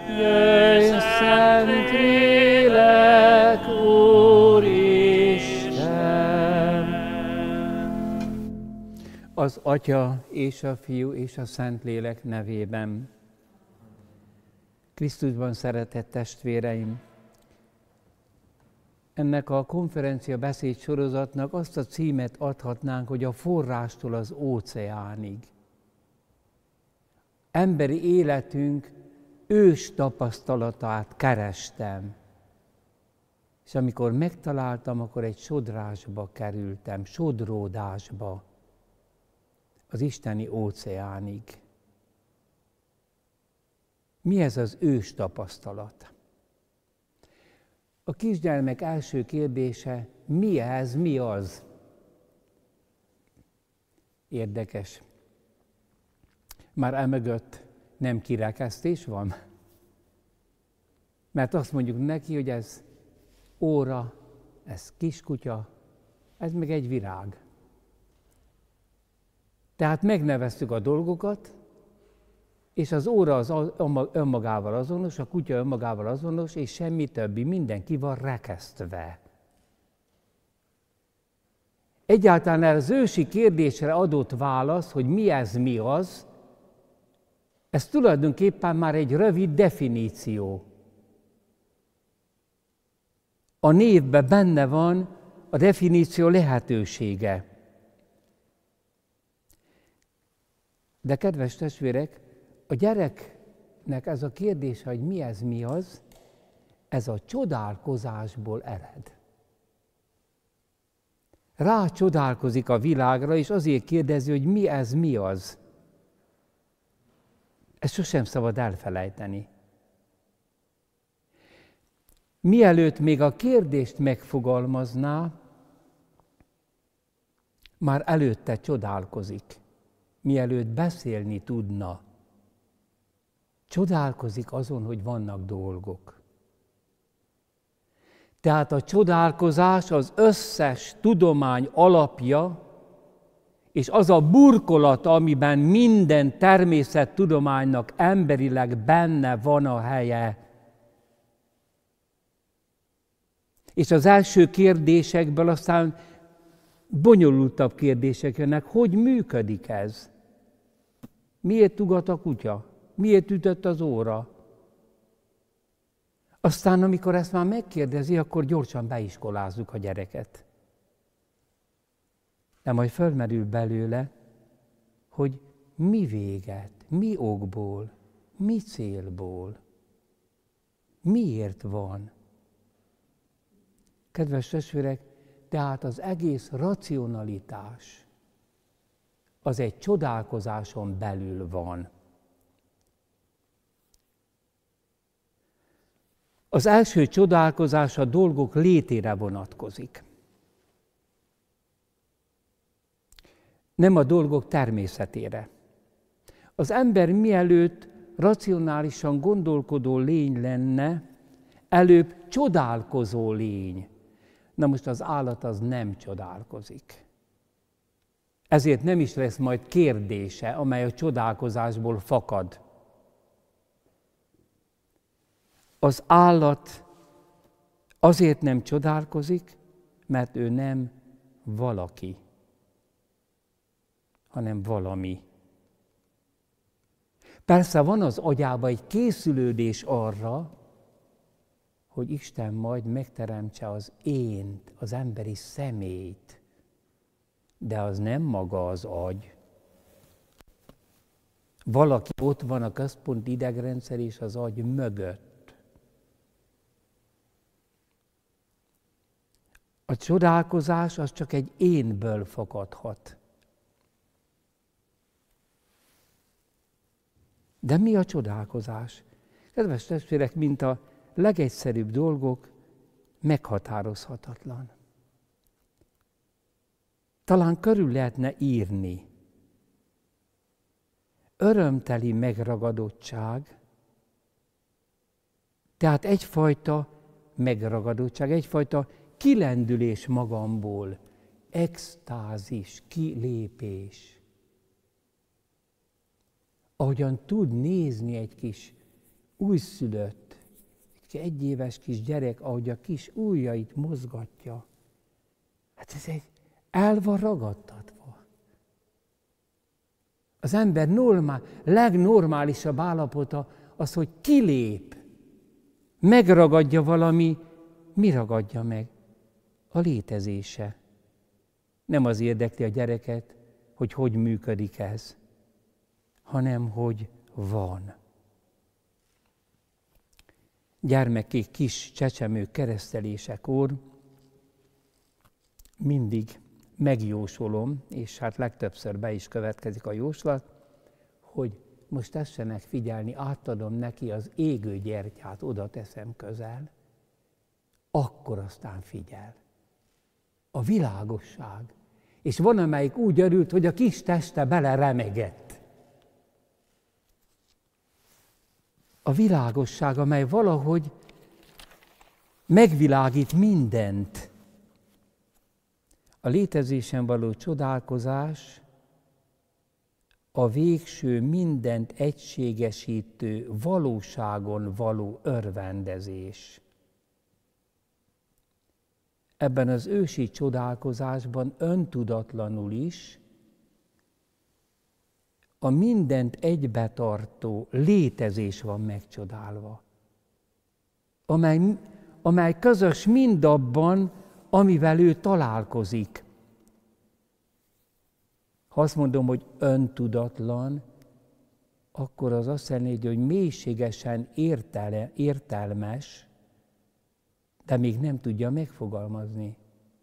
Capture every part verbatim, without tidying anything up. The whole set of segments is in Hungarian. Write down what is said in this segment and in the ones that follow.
Jöjj, Szentlélek, Úristen! Az Atya és a Fiú és a Szentlélek nevében. Krisztusban szeretett testvéreim! Ennek a konferencia beszéd sorozatnak azt a címet adhatnánk, hogy a forrástól az óceánig. Emberi életünk ős tapasztalatát kerestem. És amikor megtaláltam, akkor egy sodrásba kerültem, sodródásba, az isteni óceánig. Mi ez az ős tapasztalat? A kisgyermek első kérdése, mi ez, mi az? Érdekes. Már emögött nem kirekesztés van? Mert azt mondjuk neki, hogy ez óra, ez kiskutya, ez meg egy virág. Tehát megneveztük a dolgokat, és az óra az önmagával azonos, a kutya önmagával azonos, és semmi többi, mindenki van rekesztve. Egyáltalán az ősi kérdésre adott válasz, hogy mi ez, mi az, ez tulajdonképpen már egy rövid definíció. A névben benne van a definíció lehetősége. De kedves testvérek, a gyereknek ez a kérdése, hogy mi ez, mi az, ez a csodálkozásból ered. Rácsodálkozik a világra, és azért kérdezi, hogy mi ez, mi az. Ezt sosem szabad elfelejteni. Mielőtt még a kérdést megfogalmazná, már előtte csodálkozik. Mielőtt beszélni tudna, csodálkozik azon, hogy vannak dolgok. Tehát a csodálkozás az összes tudomány alapja, és az a burkolat, amiben minden természettudománynak emberileg benne van a helye. És az első kérdésekből aztán bonyolultabb kérdések jönnek, hogy működik ez? Miért ugat a kutya? Miért ütött az óra? Aztán, amikor ezt már megkérdezi, akkor gyorsan beiskolázzuk a gyereket. De majd fölmerül belőle, hogy mi véget, mi okból, mi célból, miért van. Kedves testvérek, tehát az egész racionalitás az egy csodálkozáson belül van. Az első csodálkozás a dolgok létére vonatkozik. Nem a dolgok természetére. Az ember mielőtt racionálisan gondolkodó lény lenne, előbb csodálkozó lény. Na most az állat az nem csodálkozik. Ezért nem is lesz majd kérdése, amely a csodálkozásból fakad. Az állat azért nem csodálkozik, mert ő nem valaki, hanem valami. Persze van az agyában egy készülődés arra, hogy Isten majd megteremtse az ént, az emberi személyt, de az nem maga az agy. Valaki ott van a központi idegrendszer és az agy mögött. A csodálkozás az csak egy énből fakadhat. De mi a csodálkozás? Kedves testvérek, mint a legegyszerűbb dolgok, meghatározhatatlan. Talán körül lehetne írni. Örömteli megragadottság, tehát egyfajta megragadottság, egyfajta kilendülés magamból, extázis, kilépés. Ahogyan tud nézni egy kis újszülött, egy éves kis gyerek, ahogy a kis ujjait mozgatja. Hát ez egy el van ragadtatva. Az ember normál, legnormálisabb állapota az, hogy kilép, megragadja valami, mi ragadja meg? A létezése. Nem az érdekli a gyereket, hogy hogy működik ez, hanem hogy van. Gyermekék kis csecsemők keresztelésekor mindig megjósolom, és hát legtöbbször be is következik a jóslat, hogy most tessenek figyelni, átadom neki az égő gyertyát, oda teszem közel, akkor aztán figyel. A világosság. És van, amelyik úgy örült, hogy a kis teste bele remegett. A világosság, amely valahogy megvilágít mindent. A létezésen való csodálkozás a végső, mindent egységesítő valóságon való örvendezés. Ebben az ősi csodálkozásban öntudatlanul is a mindent egybetartó létezés van megcsodálva, amely, amely közös mindabban, amivel ő találkozik. Ha azt mondom, hogy öntudatlan, akkor az azt jelenti, hogy mélységesen értele, értelmes, de még nem tudja megfogalmazni.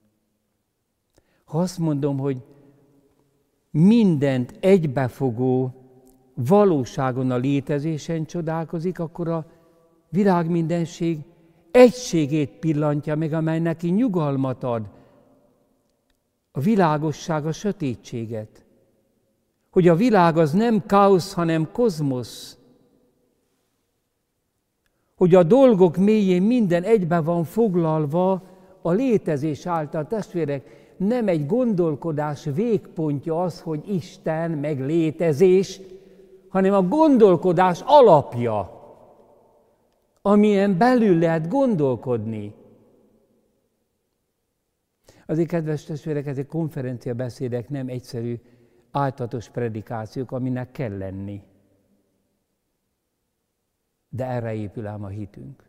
Ha azt mondom, hogy mindent egybefogó valóságon a létezésen csodálkozik, akkor a világ mindenség egységét pillantja meg, amely neki nyugalmat ad. A világosság a sötétséget. Hogy a világ az nem káosz, hanem kozmosz. Hogy a dolgok mélyén minden egybe van foglalva a létezés által. Testvérek, nem egy gondolkodás végpontja az, hogy Isten meg létezés, hanem a gondolkodás alapja, amilyen belül lehet gondolkodni. Azért, kedves testvérek, ezek konferenciabeszédek nem egyszerű áltatos predikációk, aminek kell lenni. De erre épül ám a hitünk.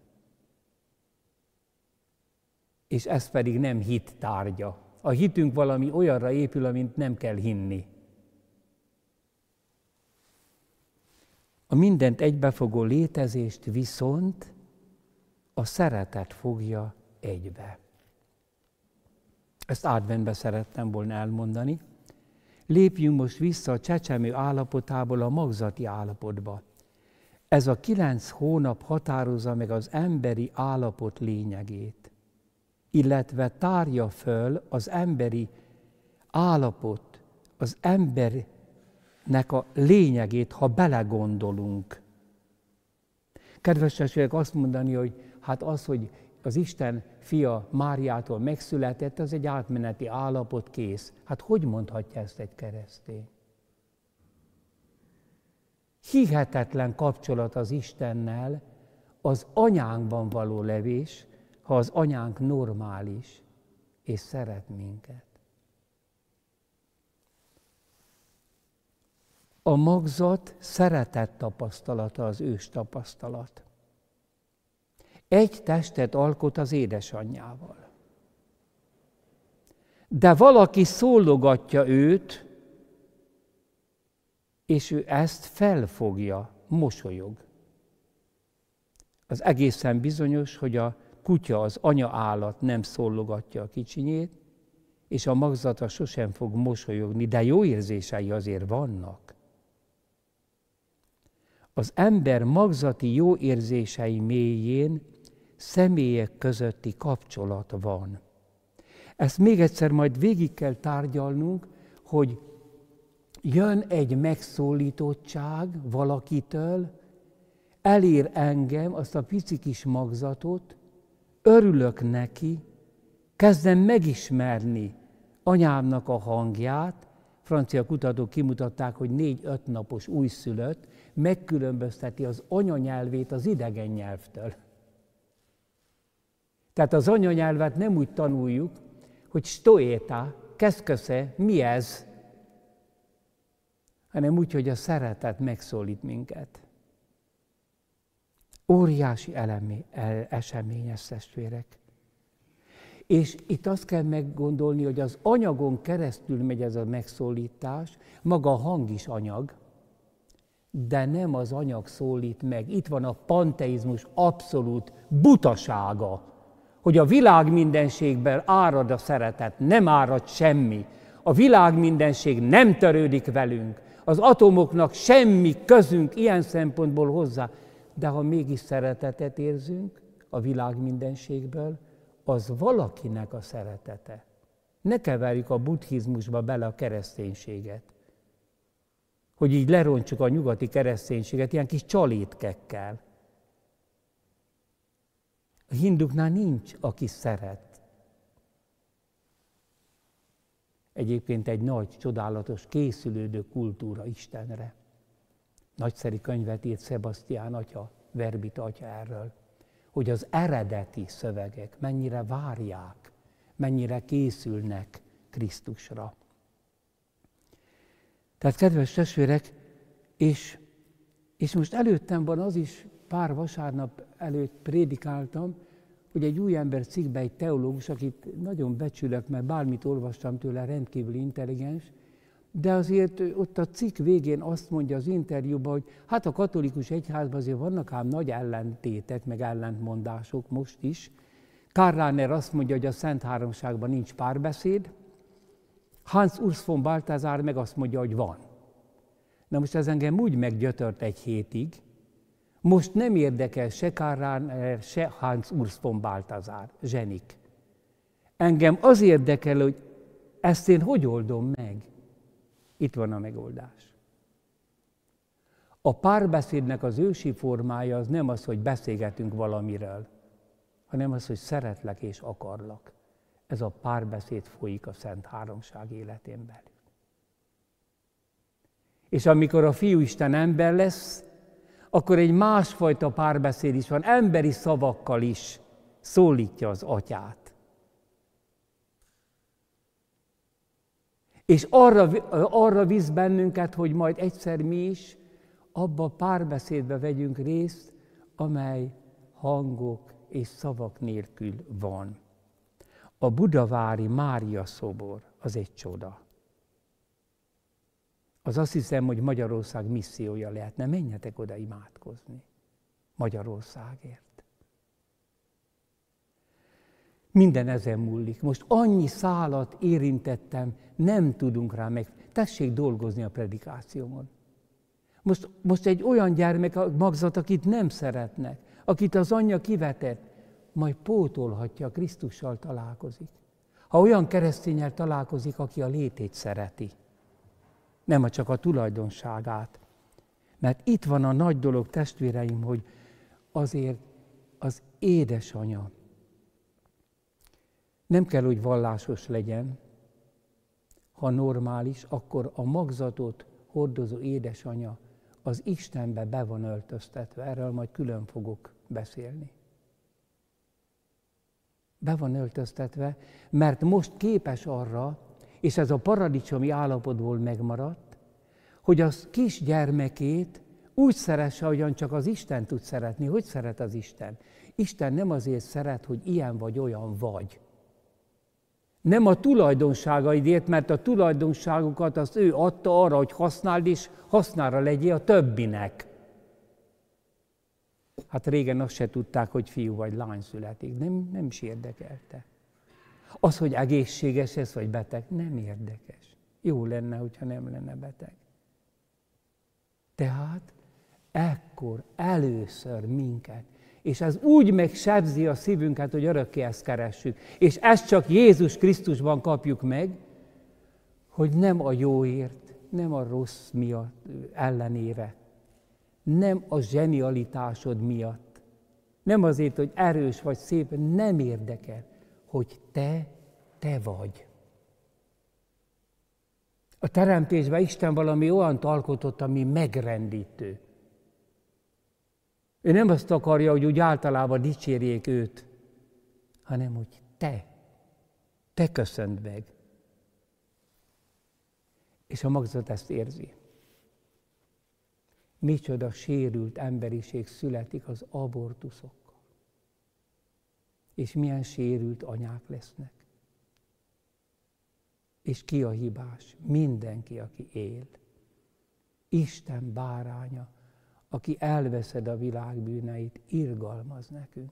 És ez pedig nem hit tárgya. A hitünk valami olyanra épül, amint nem kell hinni. A mindent egybefogó létezést viszont a szeretet fogja egybe. Ezt adventben szerettem volna elmondani. Lépjünk most vissza a csecsemő állapotából a magzati állapotba. Ez a kilenc hónap határozza meg az emberi állapot lényegét, illetve tárja föl az emberi állapot, az embernek a lényegét, ha belegondolunk. Kedves testvérek, azt mondani, hogy hát az, hogy az Isten fia Máriától megszületett, az egy átmeneti állapot, kész. Hát hogy mondhatja ezt egy keresztény? Hihetetlen kapcsolat az Istennel, az anyánkban való levés, ha az anyánk normális és szeret minket. A magzat szeretet tapasztalata az ős tapasztalat. Egy testet alkot az édesanyjával. De valaki szólogatja őt, és ő ezt felfogja, mosolyog. Az egészen bizonyos, hogy a kutya, az anya állat nem szólogatja a kicsinyét, és a magzata sosem fog mosolyogni, de jó érzései azért vannak. Az ember magzati jó érzései mélyén személyek közötti kapcsolat van. Ezt még egyszer majd végig kell tárgyalnunk, hogy jön egy megszólítottság valakitől, elér engem, azt a pici kis magzatot, örülök neki, kezdem megismerni anyámnak a hangját. Francia kutatók kimutatták, hogy négy-öt napos újszülött megkülönbözteti az anyanyelvét az idegen nyelvtől. Tehát az anyanyelvet nem úgy tanuljuk, hogy stoéta, keszkösze, mi ez, hanem úgy, hogy a szeretet megszólít minket. Óriási elemi, esemény ez, testvérek. És itt azt kell meggondolni, hogy az anyagon keresztül megy ez a megszólítás, maga a hang is anyag, de nem az anyag szólít meg. Itt van a panteizmus abszolút butasága, hogy a világ mindenségben árad a szeretet, nem árad semmi. A világ mindenség nem törődik velünk, az atomoknak semmi közünk ilyen szempontból hozzá, de ha mégis szeretetet érzünk a világ mindenségből, az valakinek a szeretete. Ne keverjük a buddhizmusba bele a kereszténységet, hogy így lerontsuk a nyugati kereszténységet ilyen kis csalétkekkel. A hinduknál nincs, aki szeret. Egyébként egy nagy, csodálatos, készülődő kultúra Istenre. Nagyszerű könyvet írt Sebastian atya, Verbita atya erről, hogy az eredeti szövegek mennyire várják, mennyire készülnek Krisztusra. Tehát, kedves testvérek, és, és most előttem van az is, pár vasárnap előtt prédikáltam, hogy egy új ember cikkben egy teológus, akit nagyon becsülök, mert bármit olvastam tőle, rendkívül intelligens, de azért ott a cikk végén azt mondja az interjúban, hogy hát a katolikus egyházban azért vannak ám nagy ellentétek, meg ellentmondások most is. Karl Rahner azt mondja, hogy a Szent Háromságban nincs párbeszéd, Hans Urs von Balthasar meg azt mondja, hogy van. Na most ez engem úgy meggyötört egy hétig, most nem érdekel se Karl Rahner, se Hans Urs von Balthasar, zsenik. Engem az érdekel, hogy ezt én hogy oldom meg. Itt van a megoldás. A párbeszédnek az ősi formája az nem az, hogy beszélgetünk valamiről, hanem az, hogy szeretlek és akarlak. Ez a párbeszéd folyik a Szent Háromság életén belül. És amikor a Fiúisten ember lesz, akkor egy másfajta párbeszéd is van, emberi szavakkal is szólítja az Atyát. És arra, arra visz bennünket, hogy majd egyszer mi is abba a párbeszédbe vegyünk részt, amely hangok és szavak nélkül van. A budavári Mária szobor az egy csoda. Az azt hiszem, hogy Magyarország missziója lehetne. Menjetek oda imádkozni Magyarországért. Minden ezen múlik. Most annyi szálat érintettem, nem tudunk rá meg. Tessék dolgozni a predikációmon. Most, most egy olyan gyermek magzat, akit nem szeretnek, akit az anyja kivetett, majd pótolhatja, Krisztussal találkozik. Ha olyan keresztényel találkozik, aki a létét szereti, nem csak a tulajdonságát. Mert itt van a nagy dolog, testvéreim, hogy azért az édesanya nem kell, hogy vallásos legyen, ha normális, akkor a magzatot hordozó édesanya az Istenbe be van öltöztetve. Erről majd külön fogok beszélni. Be van öltöztetve, mert most képes arra, és ez a paradicsomi állapotból megmaradt, hogy az kisgyermekét úgy szeresse, ahogyan csak az Isten tud szeretni. Hogy szeret az Isten? Isten nem azért szeret, hogy ilyen vagy olyan vagy. Nem a tulajdonságaidért, mert a tulajdonságokat azt ő adta arra, hogy használd, és hasznára legyél a többinek. Hát régen azt se tudták, hogy fiú vagy lány születik. Nem, nem is érdekelte. Az, hogy egészséges ez, vagy beteg, nem érdekes. Jó lenne, hogyha nem lenne beteg. Tehát ekkor először minket, és ez úgy megsebzi a szívünket, hogy örökké ezt keressük. És ezt csak Jézus Krisztusban kapjuk meg, hogy nem a jóért, nem a rossz miatt ellenére, nem a zsenialitásod miatt, nem azért, hogy erős vagy szép, nem érdekel, hogy te, te vagy. A teremtésben Isten valami olyan alkotott, ami megrendítő. Ő nem azt akarja, hogy úgy általában dicsérjék őt, hanem hogy te, te köszönd meg. És a magzat ezt érzi. Micsoda sérült emberiség születik az abortuszokkal. És milyen sérült anyák lesznek. És ki a hibás? Mindenki, aki él. Isten báránya, aki elveszed a világ bűneit, irgalmaz nekünk.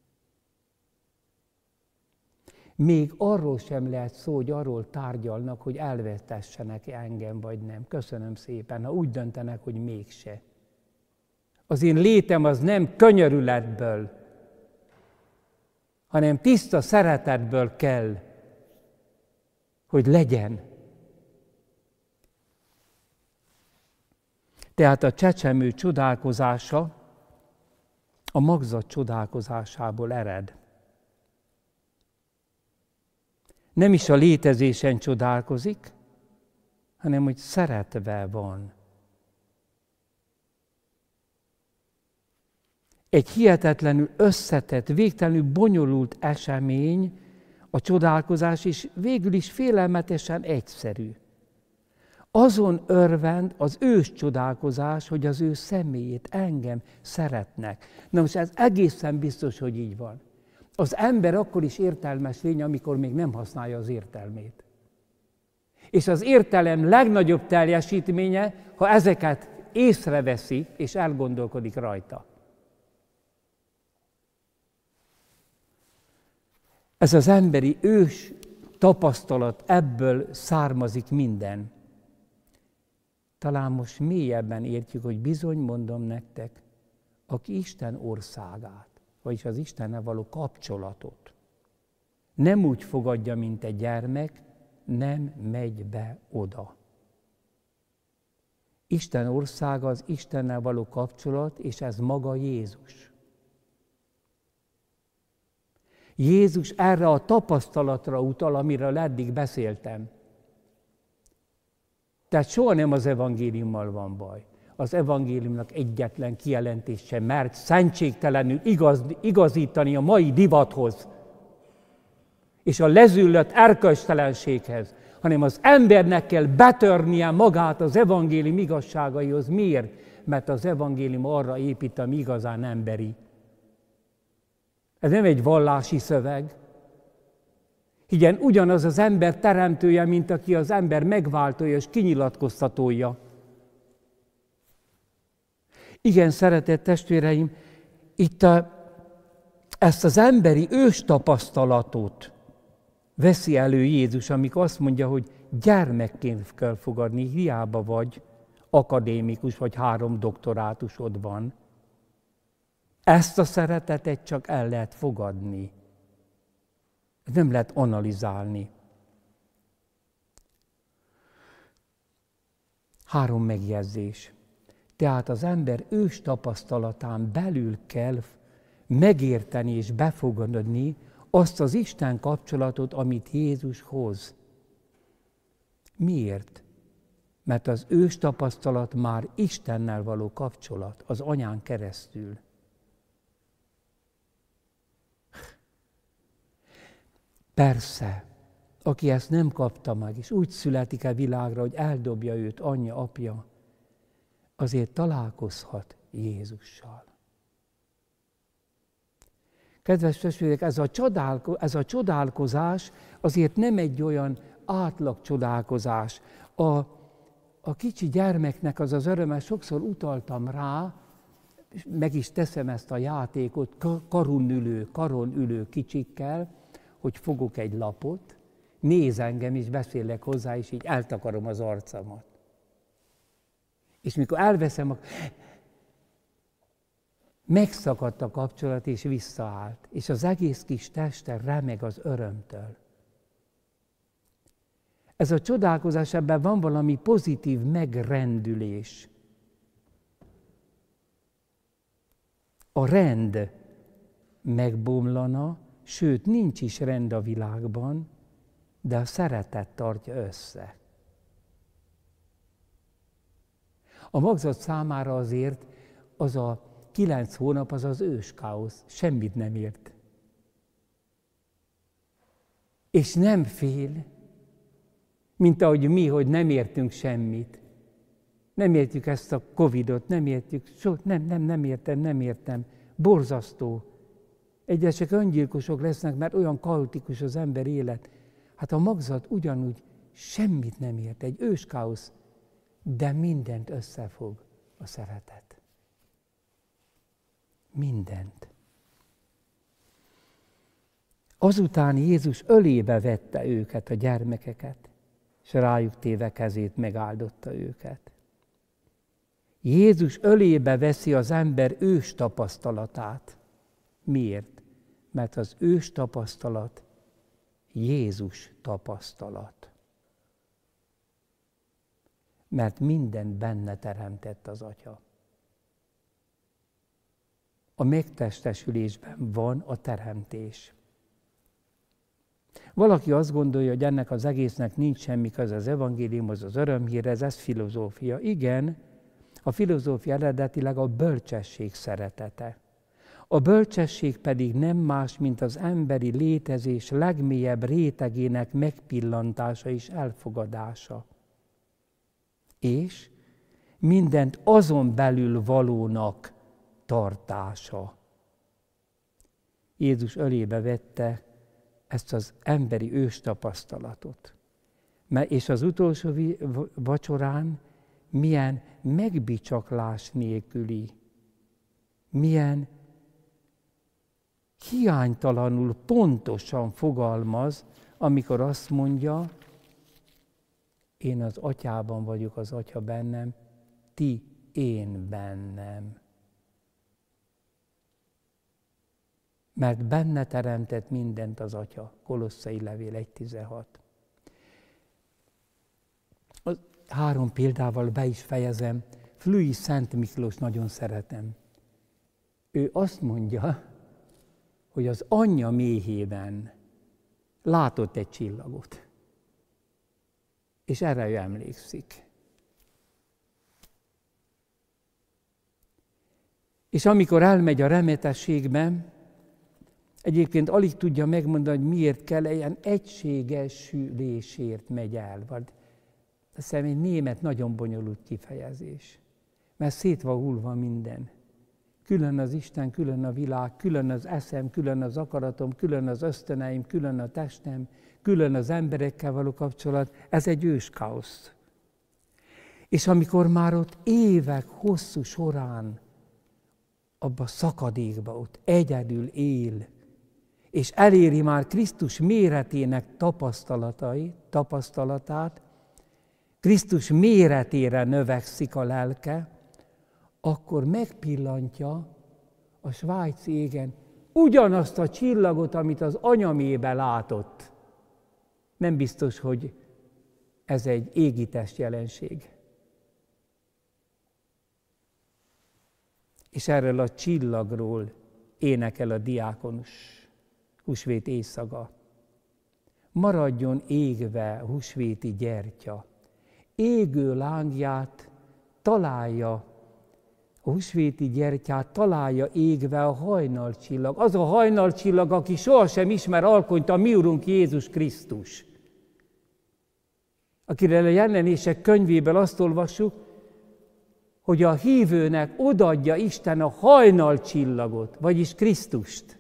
Még arról sem lehet szó, hogy arról tárgyalnak, hogy elvetessenek engem, vagy nem. Köszönöm szépen, ha úgy döntenek, hogy mégse. Az én létem az nem könyörületből, hanem tiszta szeretetből kell, hogy legyen. Tehát a csecsemő csodálkozása a magzat csodálkozásából ered. Nem is a létezésen csodálkozik, hanem hogy szeretve van. Egy hihetetlenül összetett, végtelenül bonyolult esemény, a csodálkozás is végül is félelmetesen egyszerű. Azon örvend az ős csodálkozás, hogy az ő személyét, engem szeretnek. Na most ez egészen biztos, hogy így van. Az ember akkor is értelmes lény, amikor még nem használja az értelmét. És az értelem legnagyobb teljesítménye, ha ezeket észreveszi és elgondolkodik rajta. Ez az emberi ős tapasztalat, ebből származik minden. Talán most mélyebben értjük, hogy bizony mondom nektek, aki Isten országát, vagyis az Istennel való kapcsolatot nem úgy fogadja, mint egy gyermek, nem megy be oda. Isten országa az Istennel való kapcsolat, és ez maga Jézus. Jézus erre a tapasztalatra utal, amiről eddig beszéltem. Tehát soha nem az evangéliummal van baj. Az evangéliumnak egyetlen kijelentése, mert szentségtelenül igaz, igazítani a mai divathoz, és a lezüllött erkölcstelenséghez, hanem az embernek kell betörnie magát az evangélium igazságaihoz. Miért? Mert az evangélium arra épít, ami igazán emberi. Ez nem egy vallási szöveg. Igen, ugyanaz az ember teremtője, mint aki az ember megváltója és kinyilatkoztatója. Igen, szeretett testvéreim, itt a, ezt az emberi ős tapasztalatot veszi elő Jézus, amikor azt mondja, hogy gyermekként kell fogadni, hiába vagy akadémikus, vagy három doktorátusod van. Ezt a szeretetet csak el lehet fogadni. Nem lehet analizálni. Három megjegyzés. Tehát az ember ős tapasztalatán belül kell megérteni és befogadni azt az Isten kapcsolatot, amit Jézus hoz. Miért? Mert az ős tapasztalat már Istennel való kapcsolat, az anyán keresztül. Persze, aki ezt nem kapta meg, és úgy születik a világra, hogy eldobja őt anyja, apja, azért találkozhat Jézussal. Kedves testvérek, ez a, csodálko, ez a csodálkozás azért nem egy olyan átlag csodálkozás. A, a kicsi gyermeknek az az öröme, sokszor utaltam rá, meg is teszem ezt a játékot karon ülő, karon ülő kicsikkel, hogy fogok egy lapot, néz engem és beszélek hozzá, és így eltakarom az arcamat. És mikor elveszem, akkor megszakadt a kapcsolat, és visszaállt. És az egész kis teste remeg az örömtől. Ez a csodálkozás, ebben van valami pozitív megrendülés. A rend megbomlana, sőt, nincs is rend a világban, de a szeretet tartja össze. A magzat számára azért az a kilenc hónap az az őskáosz, semmit nem ért. És nem fél, mint ahogy mi, hogy nem értünk semmit. Nem értjük ezt a Covidot, nem értjük, so, nem, nem, nem értem, nem értem. Borzasztó. Egyesek öngyilkosok lesznek, mert olyan kaotikus az ember élet. Hát a magzat ugyanúgy semmit nem ért, egy őskáosz, de mindent összefog a szeretet. Mindent. Azután Jézus ölébe vette őket, a gyermekeket, és rájuk téve kezét megáldotta őket. Jézus ölébe veszi az ember ős tapasztalatát. Miért? Mert az ős tapasztalat Jézus tapasztalat. Mert mindent benne teremtett az Atya. A megtestesülésben van a teremtés. Valaki azt gondolja, hogy ennek az egésznek nincs semmi köze az evangéliumhoz, az örömhírhez, ez filozófia. Igen, a filozófia eredetileg a bölcsesség szeretete. A bölcsesség pedig nem más, mint az emberi létezés legmélyebb rétegének megpillantása és elfogadása. És mindent azon belül valónak tartása. Jézus ölébe vette ezt az emberi ős tapasztalatot. És az utolsó vacsorán milyen megbicsaklás nélküli, milyen hiánytalanul pontosan fogalmaz, amikor azt mondja, én az Atyában vagyok, az Atya bennem, ti én bennem. Mert benne teremtett mindent az Atya. Kolosszai levél egy tizenhat. Három példával be is fejezem. Flügyi Szent Miklós nagyon szeretem. Ő azt mondja, hogy az anyja méhében látott egy csillagot. És erre ő emlékszik. És amikor elmegy a remetességbe, egyébként alig tudja megmondani, hogy miért kell, ilyen egységesülésért megy el. Vagy azt hiszem, egy német nagyon bonyolult kifejezés. Mert szét van hullva minden. Külön az Isten, külön a világ, külön az eszem, külön az akaratom, külön az ösztöneim, külön a testem, külön az emberekkel való kapcsolat. Ez egy őskáosz. És amikor már ott évek hosszú során abba a szakadékba ott egyedül él, és eléri már Krisztus méretének tapasztalatai, tapasztalatát, Krisztus méretére növekszik a lelke, akkor megpillantja a svájci égen ugyanazt a csillagot, amit az anyamébe látott. Nem biztos, hogy ez egy égitest jelenség. És erről a csillagról énekel a diákonus húsvét éjszaga. Maradjon égve húsvéti gyertya, égő lángját találja, a húsvéti gyertyát találja égve a hajnalcsillag. Az a hajnalcsillag, aki sohasem ismer alkonyt, a mi Urunk Jézus Krisztus. Akire a jelenések könyvéből azt olvassuk, hogy a hívőnek odaadja Isten a hajnalcsillagot, vagyis Krisztust.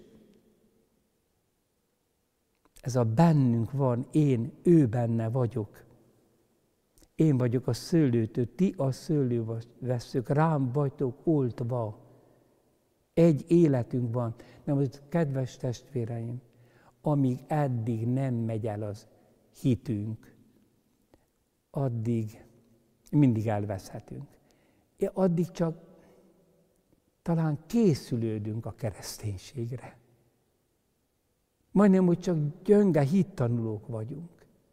Ez a bennünk van, én, ő benne vagyok. Én vagyok a szőlőtő, ti a szőlővesszők, rám vagytok oltva. Egy életünk van. Nem, az kedves testvéreim, amíg eddig nem megy el az hitünk, addig mindig elveszhetünk. Addig csak talán készülődünk a kereszténységre. Majdnem, hogy csak gyönge hittanulók vagyunk.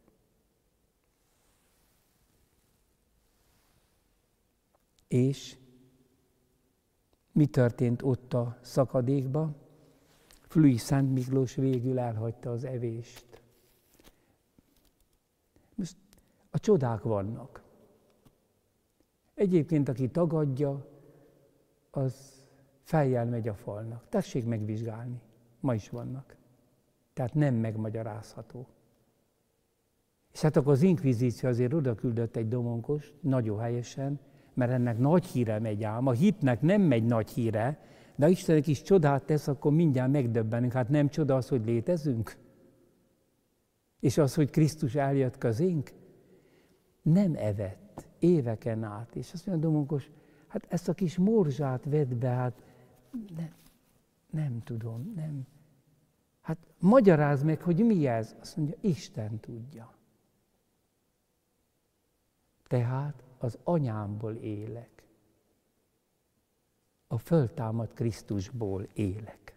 És mi történt ott a szakadékban? Flügyi Szent Miklós végül elhagyta az evést. Most a csodák vannak. Egyébként, aki tagadja, az fejjel megy a falnak. Tessék megvizsgálni. Ma is vannak. Tehát nem megmagyarázható. És hát akkor az inkvizíció azért oda küldött egy domonkost, nagyon helyesen, mert ennek nagy híre megy ám. A hitnek nem megy nagy híre, de ha Istennek is csodát tesz, akkor mindjárt megdöbbenünk. Hát nem csoda az, hogy létezünk? És az, hogy Krisztus eljött közénk? Nem evett éveken át. És azt mondja a domonkos, hát ezt a kis morzsát vedd be, hát nem, nem tudom, nem. Hát magyarázd meg, hogy mi ez? Azt mondja, Isten tudja. Tehát az anyámból élek. A föltámadt Krisztusból élek.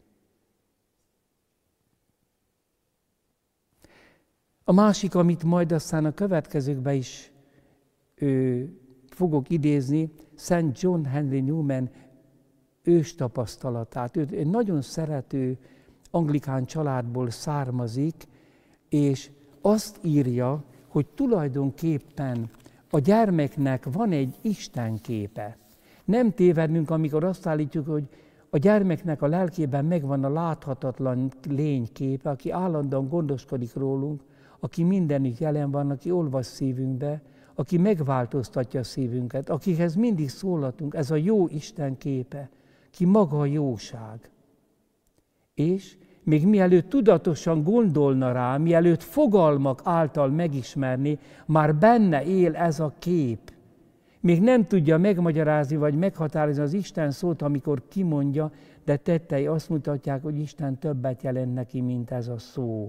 A másik, amit majd aztán a következőkben is ő, fogok idézni, Szent John Henry Newman ős tapasztalatát. Ő egy nagyon szerető anglikán családból származik, és azt írja, hogy tulajdonképpen a gyermeknek van egy Isten képe. Nem tévednünk, amikor azt állítjuk, hogy a gyermeknek a lelkében megvan a láthatatlan lény képe, aki állandóan gondoskodik rólunk, aki mindenütt jelen van, aki olvas szívünkbe, aki megváltoztatja a szívünket, akihez mindig szólatunk, ez a jó Isten képe, ki maga a jóság. És még mielőtt tudatosan gondolna rá, mielőtt fogalmak által megismerni, már benne él ez a kép. Még nem tudja megmagyarázni vagy meghatározni az Isten szót, amikor kimondja, de tettei azt mutatják, hogy Isten többet jelent neki, mint ez a szó.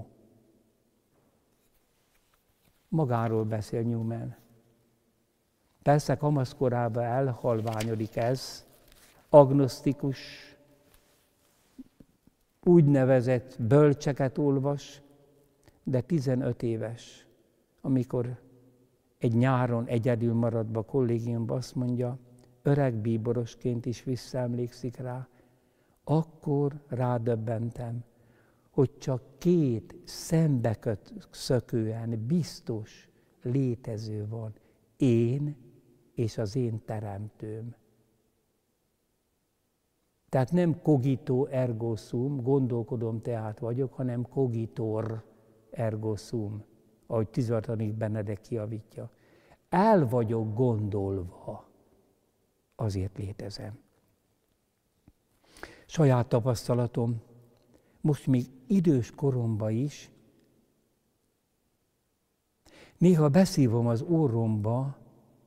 Magáról beszél Newman. Persze kamaszkorában elhalványodik ez, agnosztikus, úgynevezett bölcseket olvas, de tizenöt éves, amikor egy nyáron egyedül maradva a kollégiumban azt mondja, öreg bíborosként is visszaemlékszik rá, akkor rádöbbentem, hogy csak két szembeszökően biztos létező van, én és az én teremtőm. Tehát nem cogito ergo sum, gondolkodom tehát vagyok, hanem cogitor ergo sum, ahogy tizenhatodik Benedek kijavítja. El vagyok gondolva, azért létezem. Saját tapasztalatom, most még idős koromban is, néha beszívom az orromba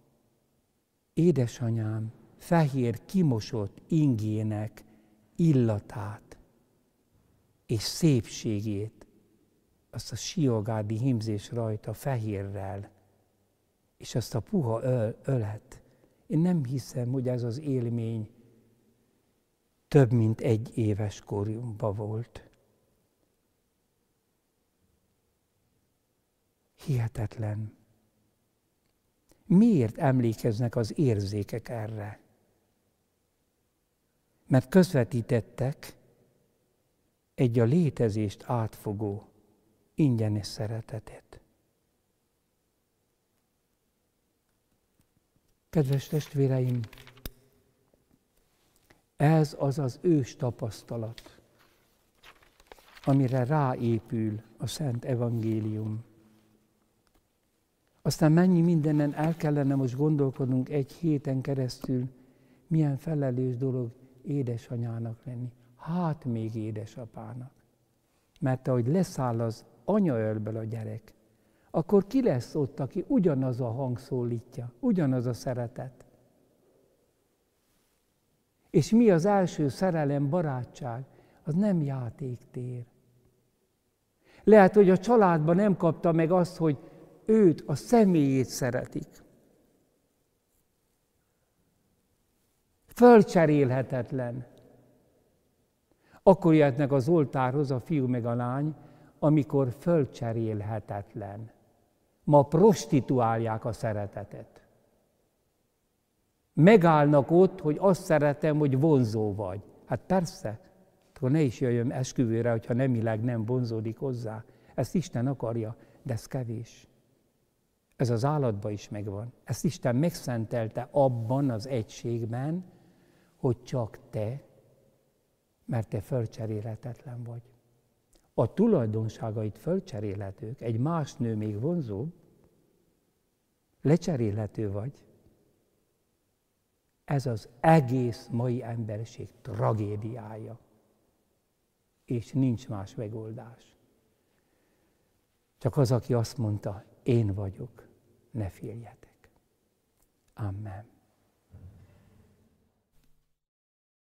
édesanyám fehér kimosott ingének illatát és szépségét, azt a siogárdi hímzés rajta fehérrel, és azt a puha öl, ölet. Én nem hiszem, hogy ez az élmény több mint egy éves koromban volt. Hihetetlen. Miért emlékeznek az érzékek erre? Mert közvetítettek egy a létezést átfogó, ingyenes szeretetet. Kedves testvéreim, ez az az ős tapasztalat, amire ráépül a Szent Evangélium. Aztán mennyi mindenen el kellene most gondolkodnunk egy héten keresztül, milyen felelős dolog édesanyának lenni. Hát még édesapának. Mert ahogy leszáll az anyaölből a gyerek, akkor ki lesz ott, aki ugyanaz a hang szólítja, ugyanaz a szeretet. És mi az első szerelem, barátság? Az nem játéktér. Lehet, hogy a családban nem kapta meg azt, hogy őt, a személyét szeretik. Fölcserélhetetlen. Akkor jöhetnek az oltárhoz a fiú meg a lány, amikor fölcserélhetetlen. Ma prostituálják a szeretetet. Megállnak ott, hogy azt szeretem, hogy vonzó vagy. Hát persze, akkor ne is jöjjön esküvőre, hogyha nemileg nem vonzódik hozzá. Ezt Isten akarja, de ez kevés. Ez az állatban is megvan. Ezt Isten megszentelte abban az egységben, hogy csak te mert te fölcserélhetetlen vagy. A tulajdonságait fölcserélhetők, egy más nő még vonzóbb, lecserélhető vagy. Ez az egész mai emberiség tragédiája. És nincs más megoldás. Csak az, aki azt mondta, én vagyok, ne féljetek. Amen.